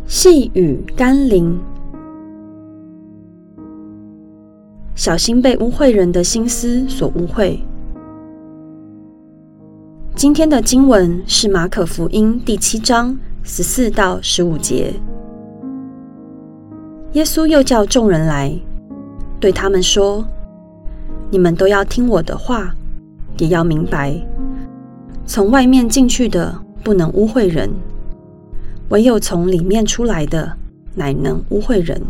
细雨甘霖，小心被污秽人的心思所污秽。今天的经文是马可福音第7章14到15节。耶稣又叫众人来，对他们说：你们都要听我的话，也要明白，从外面进去的不能污秽人，唯有从里面出来的乃能污秽人。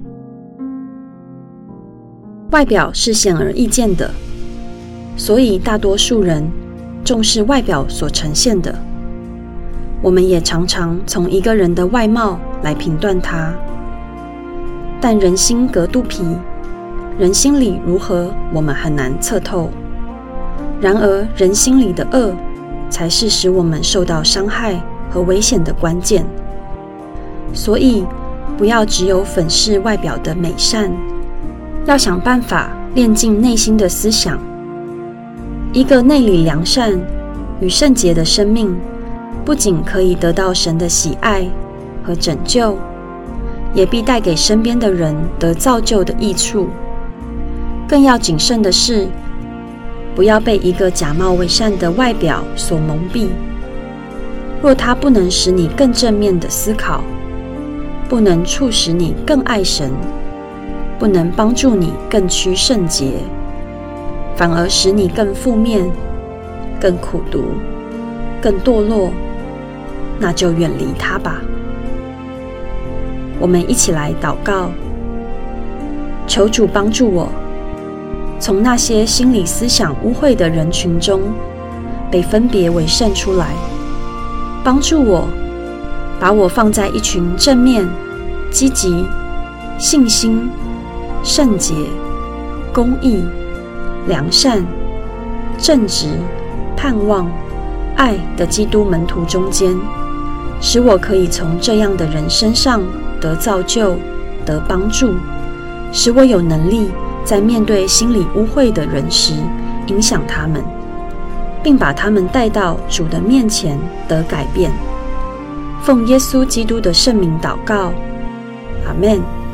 外表是显而易见的，所以大多数人重视外表所呈现的。我们也常常从一个人的外貌来评断他，但人心隔肚皮，人心里如何，我们很难测透。然而人心里的恶才是使我们受到伤害和危险的关键。所以不要只有粉饰外表的美善，要想办法炼净内心的思想。一个内里良善与圣洁的生命，不仅可以得到神的喜爱和拯救，也必带给身边的人得造就的益处。更要谨慎的是，不要被一个假冒伪善的外表所蒙蔽。若它不能使你更正面的思考，不能促使你更爱神，不能帮助你更趋圣洁，反而使你更负面、更苦毒、更堕落，那就远离它吧。我们一起来祷告，求主帮助我，从那些心理思想污秽的人群中被分别为圣出来，帮助我把我放在一群正面、积极、信心、圣洁、公义、良善、正直、盼望、爱的基督门徒中间，使我可以从这样的人身上得造就、得帮助，使我有能力在面对心里污秽的人时影响他们，并把他们带到主的面前得改变。奉耶稣基督的圣名祷告，阿们。